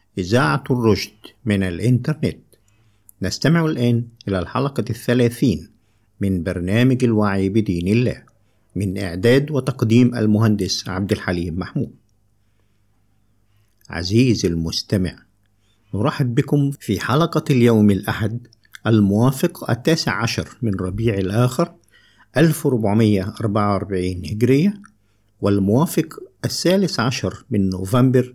إذاعة الرشد من الإنترنت. نستمع الآن إلى الحلقة 30 من برنامج الوعي بدين الله، من إعداد وتقديم المهندس عبد الحليم محمود. عزيزي المستمع، نرحب بكم في حلقة اليوم الأحد الموافق 19 من ربيع الآخر 1444 هجرية، والموافق 13 من نوفمبر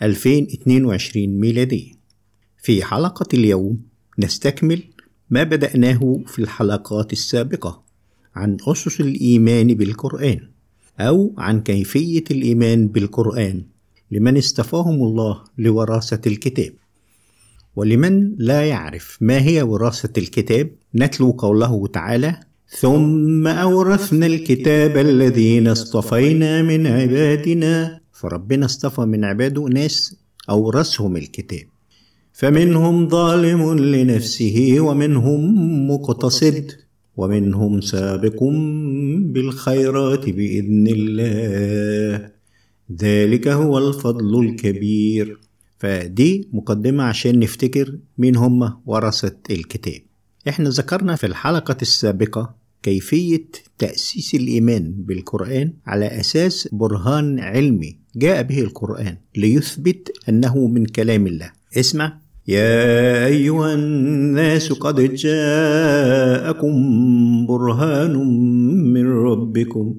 2022 ميلادية. في حلقة اليوم نستكمل ما بدأناه في الحلقات السابقة عن أسس الإيمان بالقرآن، أو عن كيفية الإيمان بالقرآن لمن اصطفاهم الله لوراثة الكتاب. ولمن لا يعرف ما هي وراثة الكتاب، نتلو قوله تعالى: ثم أورثنا الكتاب الذين اصطفينا من عبادنا. فربنا اصطفى من عباده ناس أورثهم الكتاب، فمنهم ظالم لنفسه ومنهم مقتصد ومنهم سابق بالخيرات بإذن الله، ذلك هو الفضل الكبير. فدي مقدمة عشان نفتكر مين هم ورثة الكتاب. احنا ذكرنا في الحلقة السابقة كيفية تأسيس الإيمان بالقرآن على أساس برهان علمي جاء به القرآن ليثبت أنه من كلام الله. اسمع: يا أيها الناس قد جاءكم برهان من ربكم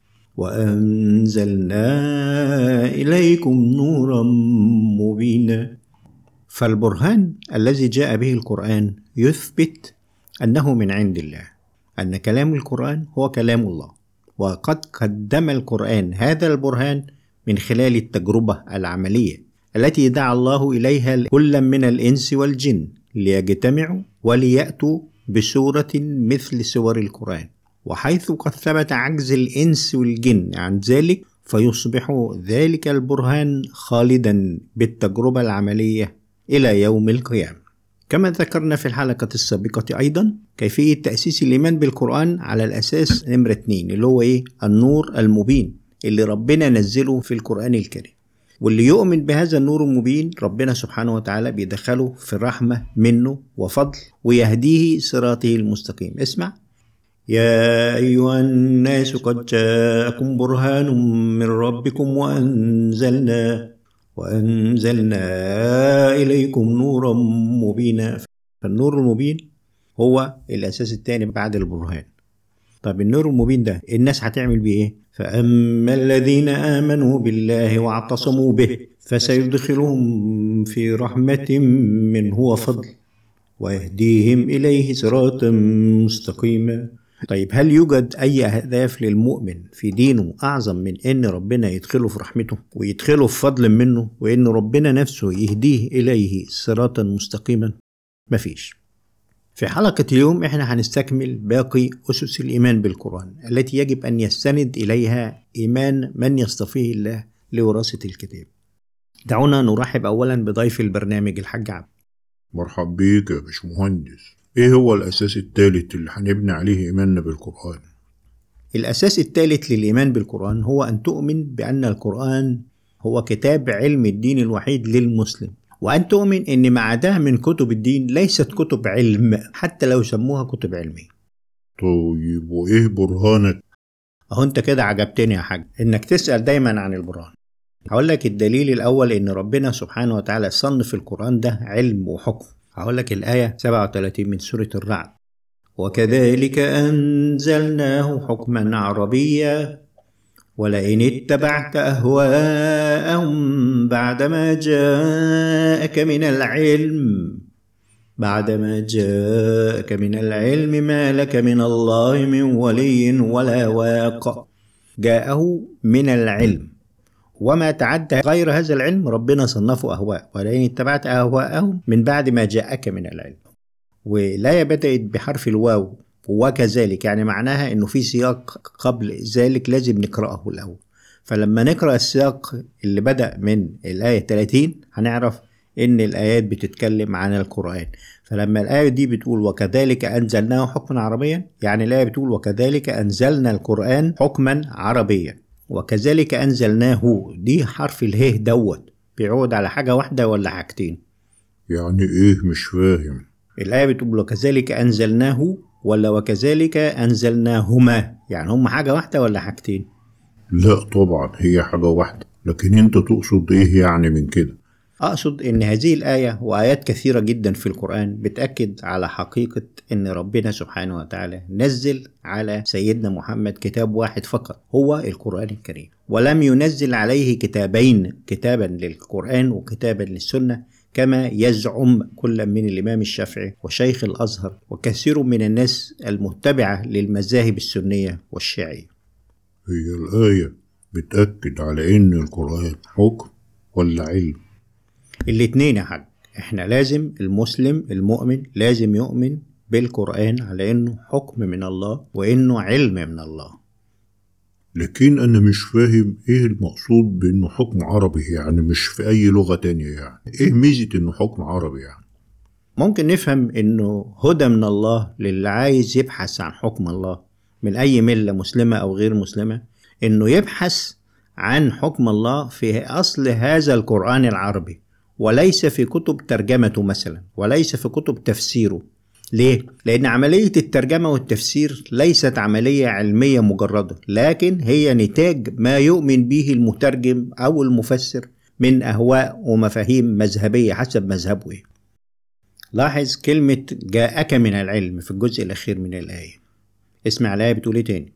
وأنزلنا إليكم نورا مبينا. فالبرهان الذي جاء به القرآن يثبت أنه من عند الله، أن كلام القرآن هو كلام الله، وقد قدم القرآن هذا البرهان من خلال التجربة العملية التي دعا الله إليها كل من الإنس والجن ليجتمعوا وليأتوا بسورة مثل سور القرآن، وحيث قد ثبت عجز الإنس والجن عن ذلك فيصبح ذلك البرهان خالدا بالتجربة العملية إلى يوم القيامة. كما ذكرنا في الحلقة السابقة أيضا كيفية تأسيس الإيمان بالقرآن على الأساس نمرة 2 اللي هو النور المبين اللي ربنا نزله في القرآن الكريم، واللي يؤمن بهذا النور المبين ربنا سبحانه وتعالى بيدخله في الرحمة منه وفضل ويهديه صراطه المستقيم. اسمع: يا أيها الناس قد جاءكم برهان من ربكم وأنزلنا إليكم نورا مبينا. فالنور المبين هو الأساس الثاني بعد البرهان. طب النور المبين ده الناس هتعمل بيه إيه؟ فأما الذين آمنوا بالله واعتصموا به فسيدخلهم في رحمة منه وفضل ويهديهم إليه صراطا مستقيما. طيب هل يوجد أي أهداف للمؤمن في دينه أعظم من أن ربنا يدخله في رحمته ويدخله في فضل منه وأن ربنا نفسه يهديه إليه صراطا مستقيما؟ مفيش. في حلقة اليوم احنا هنستكمل باقي أسس الإيمان بالقرآن التي يجب أن يستند إليها إيمان من يصطفيه الله لوراثة الكتاب. دعونا نرحب أولا بضيف البرنامج الحاج عبد. مرحب بيك يا باشمهندس. ايه هو الأساس الثالث اللي هنبني عليه إيماننا بالقرآن؟ الأساس الثالث للإيمان بالقرآن هو أن تؤمن بأن القرآن هو كتاب علم الدين الوحيد للمسلم، وأن تؤمن أن ما عداه من كتب الدين ليست كتب علم حتى لو سموها كتب علمية. طيب وإيه برهانك؟ أهو أنت كده عجبتني يا حاج إنك تسأل دايما عن البرهان. هقول لك الدليل الأول إن ربنا سبحانه وتعالى صنف القرآن ده علم وحكم. هقول لك الآية 37 من سورة الرعد: وكذلك أنزلناه حكما عربيا ولئن اتبعت أهواءهم بعدما جاءك من العلم ما لك من الله من ولي ولا واق. جاءه من العلم وما تعدى غير هذا العلم ربنا صنفه أهواء، ولئن اتبعت أهواءهم من بعد ما جاءك من العلم. ولا بدأت بحرف الواو وكذلك، يعني معناها انه في سياق قبل ذلك لازم نقرأه الأول. فلما نقرأ السياق اللي بدأ من الآية 30 هنعرف ان الآيات بتتكلم عن القرآن. فلما الآية دي بتقول وكذلك أنزلناه حكما عربيا، يعني الآية بتقول وكذلك أنزلنا القرآن حكما عربيا. وكذلك أنزلناه دي حرف اله دوت بيعود على حاجة واحدة ولا حاجتين؟ يعني ايه؟ مش فاهم. الآية بتقول وكذلك أنزلناه ولا وكذلك أنزلناهما، يعني هم حاجة واحدة ولا حاجتين؟ لا طبعا هي حاجة واحدة، لكن انت تقصد ايه يعني من كده؟ أقصد إن هذه الآية وآيات كثيرة جدا في القرآن بتأكد على حقيقة إن ربنا سبحانه وتعالى نزل على سيدنا محمد كتاب واحد فقط هو القرآن الكريم، ولم ينزل عليه كتابين، كتابا للقرآن وكتابا للسنة كما يزعم كل من الإمام الشافعي وشيخ الأزهر وكثير من الناس المتبعة للمذاهب السنية والشيعية. هي الآية بتأكد على ان القرآن حكم ولا علم؟ الاتنين يا حاج. احنا لازم المسلم المؤمن لازم يؤمن بالقرآن على انه حكم من الله وانه علم من الله. لكن انا مش فاهم ايه المقصود بانه حكم عربي، يعني مش في اي لغة تانية، يعني ايه ميزة انه حكم عربي يعني؟ ممكن نفهم انه هدى من الله للي عايز يبحث عن حكم الله من اي ملة مسلمة او غير مسلمة، انه يبحث عن حكم الله في اصل هذا القرآن العربي وليس في كتب ترجمته مثلا، وليس في كتب تفسيره. ليه؟ لأن عملية الترجمة والتفسير ليست عملية علمية مجردة، لكن هي نتاج ما يؤمن به المترجم أو المفسر من أهواء ومفاهيم مذهبية حسب مذهبه إيه. لاحظ كلمة جاءك من العلم في الجزء الأخير من الآية. اسمع الآية بتقول إيه تاني؟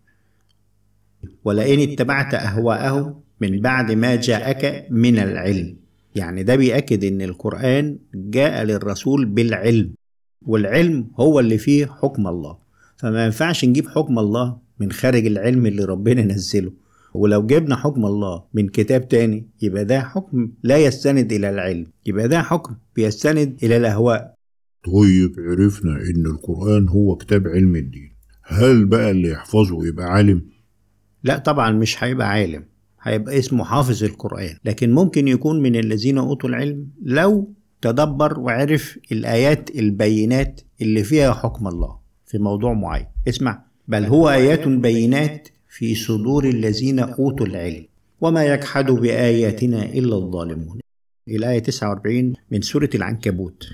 ولئن اتبعت أهواءهم من بعد ما جاءك من العلم. يعني ده بيأكد إن القرآن جاء للرسول بالعلم، والعلم هو اللي فيه حكم الله، فما ينفعش نجيب حكم الله من خارج العلم اللي ربنا نزله. ولو جبنا حكم الله من كتاب تاني يبقى ده حكم لا يستند إلى العلم، يبقى ده حكم بيستند إلى الأهواء. طيب عرفنا ان القرآن هو كتاب علم الدين، هل بقى اللي يحفظه يبقى عالم؟ لا طبعا مش هيبقى عالم، هيبقى اسمه حافظ القرآن، لكن ممكن يكون من الذين أوتوا العلم لو تدبر وعرف الآيات البينات اللي فيها حكم الله في موضوع معين. اسمع، بل هو آيات بينات في صدور الذين أوتوا العلم وما يجحد بآياتنا إلا الظالمون. الآية 49 من سورة العنكبوت.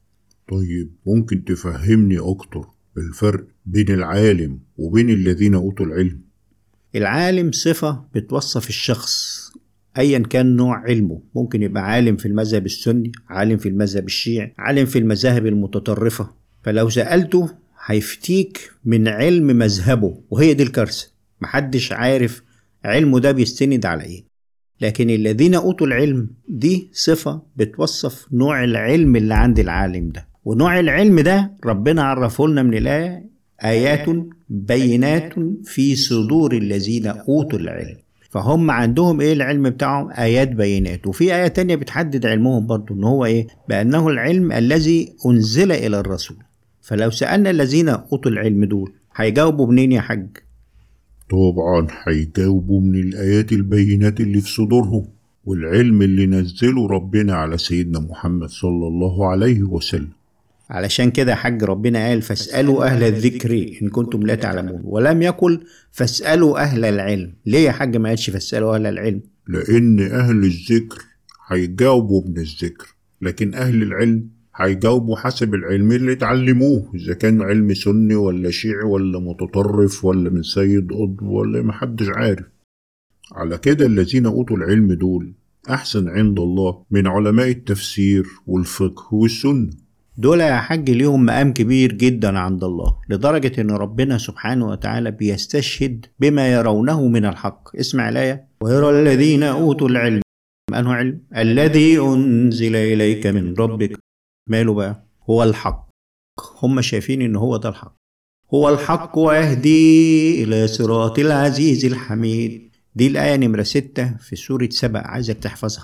طيب ممكن تفهمني أكتر الفرق بين العالم وبين الذين أوتوا العلم؟ العالم صفة بتوصف الشخص أيا كان نوع علمه، ممكن يبقى عالم في المذهب السني، عالم في المذهب الشيعي، عالم في المذاهب المتطرفة، فلو سألته هيفتيك من علم مذهبه، وهي دي الكارثة، محدش عارف علمه ده بيستند على ايه. لكن الذين أوتوا العلم دي صفة بتوصف نوع العلم اللي عند العالم ده، ونوع العلم ده ربنا عرفه لنا من الآية آيات بينات في صدور الذين أوتوا العلم. فهم عندهم ايه العلم بتاعهم؟ آيات بينات. وفي آية تانية بتحدد علمهم برضو ان هو ايه؟ بأنه العلم الذي أنزل إلى الرسول. فلو سألنا الذين أوتوا العلم دول هيجاوبوا منين يا حاج؟ طبعا هيجاوبوا من الآيات البينات اللي في صدورهم والعلم اللي نزله ربنا على سيدنا محمد صلى الله عليه وسلم. علشان كده يا حاج ربنا قال فاسألوا أهل الذكر إن كنتم لا تعلمون، ولم يقل فاسألوا أهل العلم. ليه يا حاج ما قالش فاسألوا أهل العلم؟ لأن أهل الذكر هيجاوبوا من الذكر، لكن أهل العلم هيجاوبوا حسب العلم اللي اتعلموه، إذا كان علم سني ولا شيعي ولا متطرف ولا من سيد قطب ولا محدش عارف. على كده الذين أوتوا العلم دول أحسن عند الله من علماء التفسير والفقه والسنة. دول يا حاج ليهم مقام كبير جدا عند الله، لدرجة ان ربنا سبحانه وتعالى بيستشهد بما يرونه من الحق. اسمع الآية ويرى الذين أوتوا العلم. أنه علم الذي أنزل إليك من ربك، ماله بقى؟ هو الحق. هم شايفين ان هو ده الحق، هو الحق ويهدي إلى صراط العزيز الحميد. دي الآية نمرة 6 في سورة سبأ، عايزك تحفظها.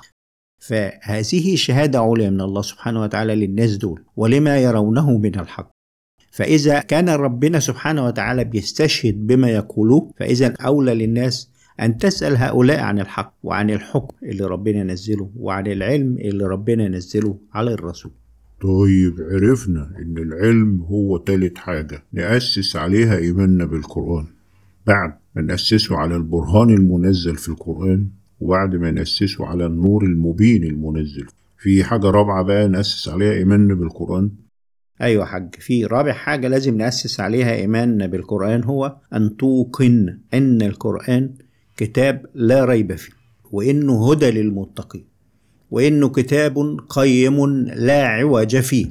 فهذه شهادة عليا من الله سبحانه وتعالى للناس دول ولما يرونه من الحق. فإذا كان ربنا سبحانه وتعالى بيستشهد بما يقولوه، فإذا أولى للناس أن تسأل هؤلاء عن الحق وعن الحكم اللي ربنا نزله وعن العلم اللي ربنا نزله على الرسول. طيب عرفنا إن العلم هو تالت حاجة نأسس عليها إيماننا بالقرآن، بعد ما نأسسه على البرهان المنزل في القرآن وبعد ما نأسسه على النور المبين المنزل، في حاجة رابعة بقى نأسس عليها إيماننا بالقرآن؟ أيوة حاج، في رابع حاجة لازم نأسس عليها إيماننا بالقرآن، هو أن توقن أن القرآن كتاب لا ريب فيه، وإنه هدى للمتقين، وإنه كتاب قيم لا عوج فيه.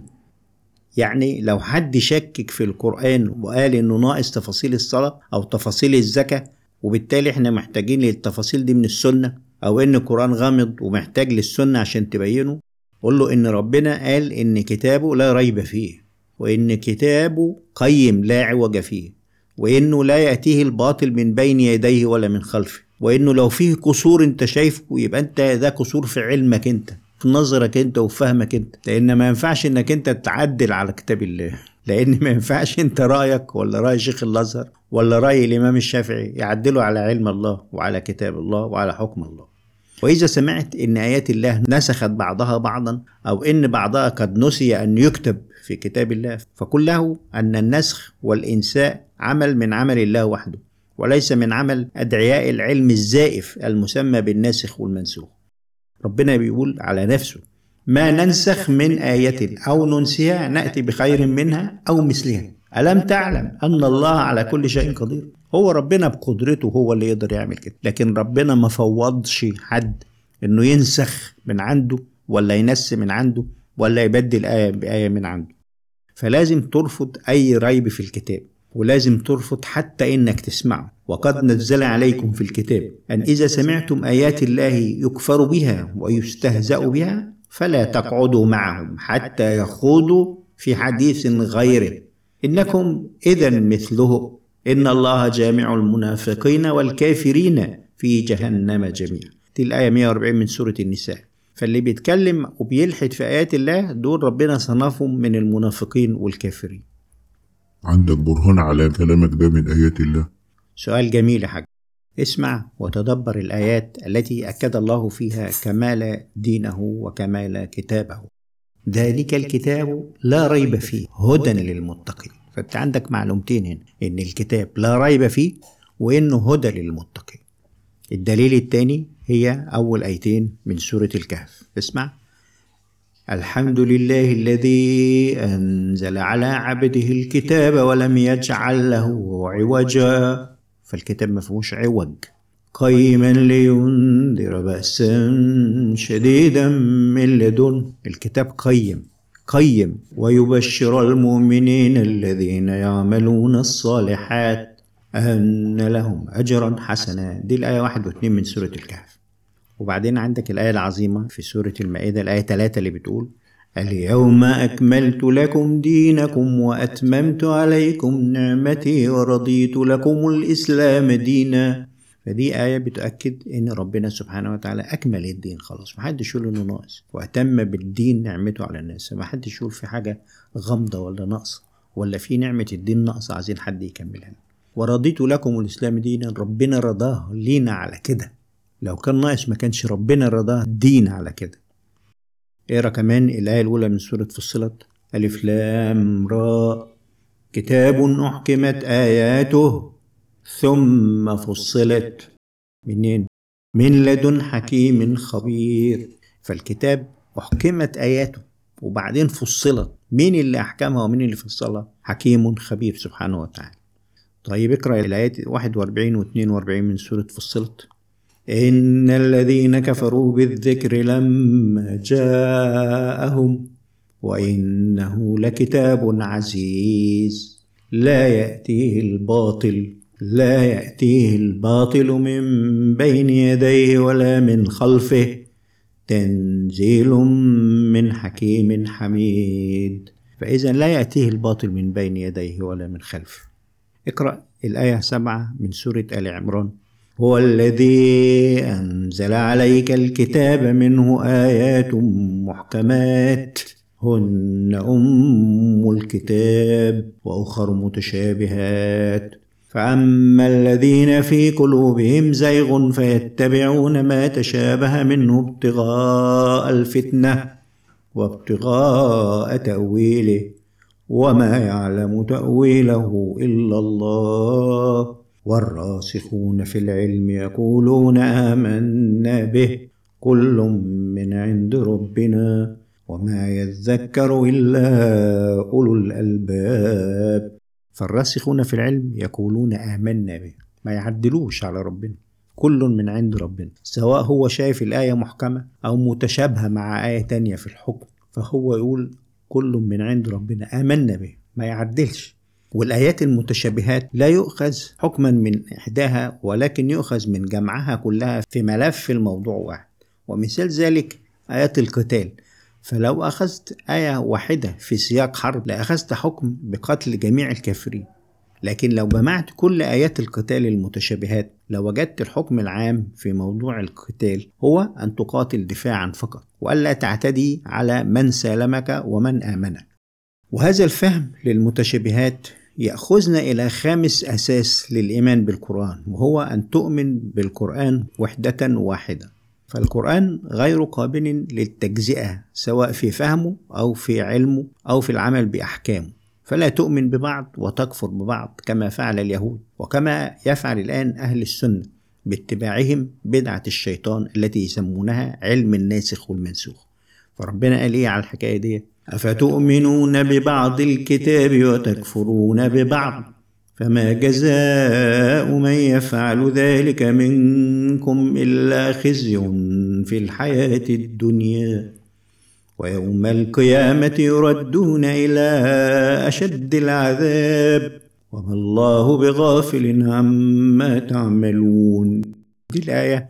يعني لو حد شكك في القرآن وقال إنه ناقص تفاصيل الصلاة أو تفاصيل الزكاة، وبالتالي إحنا محتاجين للتفاصيل دي من السنة، أو إن القرآن غامض ومحتاج للسنة عشان تبينه، قل له إن ربنا قال إن كتابه لا ريب فيه، وإن كتابه قيم لا عوج فيه، وإنه لا يأتيه الباطل من بين يديه ولا من خلفه، وإنه لو فيه قصور أنت شايفه يبقى أنت ده قصور في علمك أنت، في نظرك أنت وفهمك أنت، لأن ما ينفعش إنك أنت تعدل على كتاب الله، لأن ما ينفعش أنت رأيك ولا رأي شيخ الأزهر ولا رأي الإمام الشافعي يعدلوا على علم الله وعلى كتاب الله وعلى حكم الله. وإذا سمعت إن آيات الله نسخت بعضها بعضا، أو إن بعضها قد نسي أن يكتب في كتاب الله، فقل له أن النسخ والإنساء عمل من عمل الله وحده، وليس من عمل أدعياء العلم الزائف المسمى بالناسخ والمنسوخ. ربنا بيقول على نفسه: ما ننسخ من آية أو ننسيها نأتي بخير منها أو مثلها ألم تعلم أن الله على كل شيء قدير. هو ربنا بقدرته هو اللي يقدر يعمل كده، لكن ربنا ما فوضش حد إنه ينسخ من عنده ولا ينسي من عنده ولا يبدل آية بآية من عنده. فلازم ترفض أي ريب في الكتاب، ولازم ترفض حتى إنك تسمعه. وقد نزل عليكم في الكتاب أن إذا سمعتم آيات الله يكفر بها ويستهزأ بها فلا تقعدوا معهم حتى يخوضوا في حديث غيره إنكم إذا مثله إن الله جامع المنافقين والكافرين في جهنم جميعا. دي الآية 140 من سورة النساء. فاللي بيتكلم وبيلحد في آيات الله دول ربنا صنفهم من المنافقين والكافرين. عندك برهان على كلامك ده من آيات الله؟ سؤال جميل يا حاج. اسمع وتدبر الآيات التي أكد الله فيها كمال دينه وكمال كتابه. ذلك الكتاب لا ريب فيه هدى للمتقين. فأنت عندك معلومتين هنا، إن الكتاب لا ريب فيه وإنه هدى للمتقين. الدليل الثاني هي أول آيتين من سورة الكهف. اسمع: الحمد لله الذي أنزل على عبده الكتاب ولم يجعل له عوجا. فالكتاب ما فيهوش عوج. قيما لينذر بأسا شديدا من لدن. الكتاب قيم ويبشر المؤمنين الذين يعملون الصالحات أن لهم أجرا حسنا. دي الآية 1 و2 من سورة الكهف. وبعدين عندك الآية العظيمة في سورة المائدة الآية 3 اللي بتقول: اليوم أكملت لكم دينكم وأتممت عليكم نعمتي ورضيت لكم الإسلام دينا. فدي آية بتأكد إن ربنا سبحانه وتعالى أكمل الدين خلاص، محدش يقول إنه ناقص، وأتم بالدين نعمته على الناس. محدش يقول في حاجة غامضة ولا ناقصة ولا في نعمة الدين ناقصة عايزين حد يكملها. ورضيت لكم الإسلام دينا، ربنا رضاه لينا على كده. لو كان ناقص ما كانش ربنا رضاه دين على كده. اقرا كمان الآية الأولى من سورة فصلت: ألف لام را كتاب أحكمت آياته ثم فصلت منين؟ من لدن حكيم خبير. فالكتاب أحكمت آياته وبعدين فصلت. مين اللي أحكمها ومين اللي فصلها؟ حكيم خبير سبحانه وتعالى. طيب اقرأ الآيات 41 و 42 من سورة فصلت: إن الذين كفروا بالذكر لما جاءهم وإنه لكتاب عزيز لا يأتيه الباطل من بين يديه ولا من خلفه تنزيل من حكيم حميد. فإذا لا يأتيه الباطل من بين يديه ولا من خلفه. اقرأ الآية 7 من سورة آل عمران: هو الذي أنزل عليك الكتاب منه آيات محكمات هن أم الكتاب وأخر متشابهات فأما الذين في قلوبهم زيغ فيتبعون ما تشابه منه ابتغاء الفتنة وابتغاء تأويله وما يعلم تأويله إلا الله والراسخون في العلم يقولون آمنا به كل من عند ربنا وما يذكر إلا أولو الألباب. فالراسخون في العلم يقولون آمنا به، ما يعدلوش على ربنا، كل من عند ربنا، سواء هو شايف الآية محكمة أو متشابهة مع آية تانية في الحكم، فهو يقول كل من عند ربنا آمنا به، ما يعدلش. والآيات المتشابهات لا يؤخذ حكما من إحداها، ولكن يؤخذ من جمعها كلها في ملف الموضوع واحد. ومثال ذلك آيات القتال، فلو أخذت آية واحدة في سياق حرب لأخذت حكم بقتل جميع الكافرين، لكن لو جمعت كل آيات القتال المتشابهات لوجدت الحكم العام في موضوع القتال هو أن تقاتل دفاعا فقط، وألا تعتدي على من سالمك ومن آمنك. وهذا الفهم للمتشابهات يأخذنا إلى خامس أساس للإيمان بالقرآن، وهو أن تؤمن بالقرآن وحدة واحدة. فالقرآن غير قابل للتجزئة سواء في فهمه أو في علمه أو في العمل بأحكامه، فلا تؤمن ببعض وتكفر ببعض كما فعل اليهود، وكما يفعل الآن أهل السنة باتباعهم بدعة الشيطان التي يسمونها علم الناسخ والمنسوخ. فربنا قال إيه على الحكاية دي؟ أفتؤمنون ببعض الكتاب وتكفرون ببعض فما جزاء من يفعل ذلك منكم إلا خزي في الحياة الدنيا ويوم القيامة يردون إلى أشد العذاب وما الله بغافل عما تعملون. دي الآية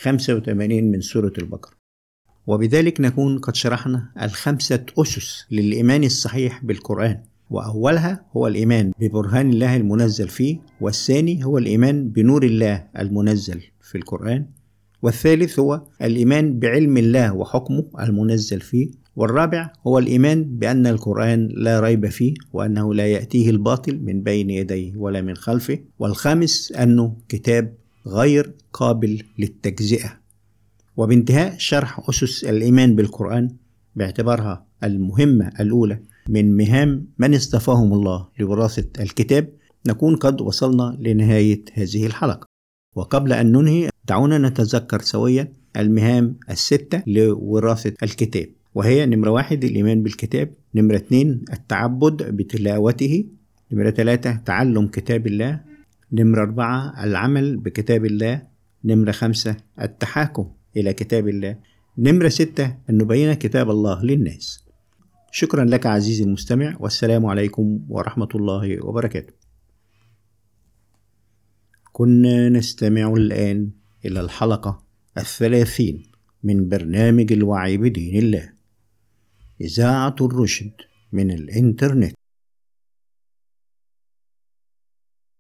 85 من سورة البقرة. وبذلك نكون قد شرحنا الخمسة أسس للإيمان الصحيح بالقرآن، وأولها هو الإيمان ببرهان الله المنزل فيه، والثاني هو الإيمان بنور الله المنزل في القرآن، والثالث هو الإيمان بعلم الله وحكمه المنزل فيه، والرابع هو الإيمان بأن القرآن لا ريب فيه وأنه لا يأتيه الباطل من بين يديه ولا من خلفه، والخامس أنه كتاب غير قابل للتجزئة. وبانتهاء شرح أسس الإيمان بالقرآن باعتبارها المهمة الأولى من مهام من اصطفاهم الله لوراثة الكتاب، نكون قد وصلنا لنهاية هذه الحلقة. وقبل أن ننهي دعونا نتذكر سويا المهام الستة لوراثة الكتاب، وهي: نمرة 1 الإيمان بالكتاب، نمرة 2 التعبد بتلاوته، نمرة 3 تعلم كتاب الله، نمرة 4 العمل بكتاب الله، نمرة 5 التحاكم إلى كتاب الله، نمرة 6 أن نبين كتاب الله للناس. شكرا لك عزيزي المستمع، والسلام عليكم ورحمة الله وبركاته. كنا نستمع الآن إلى الحلقة 30 من برنامج الوعي بدين الله، إذاعة الرشد من الإنترنت.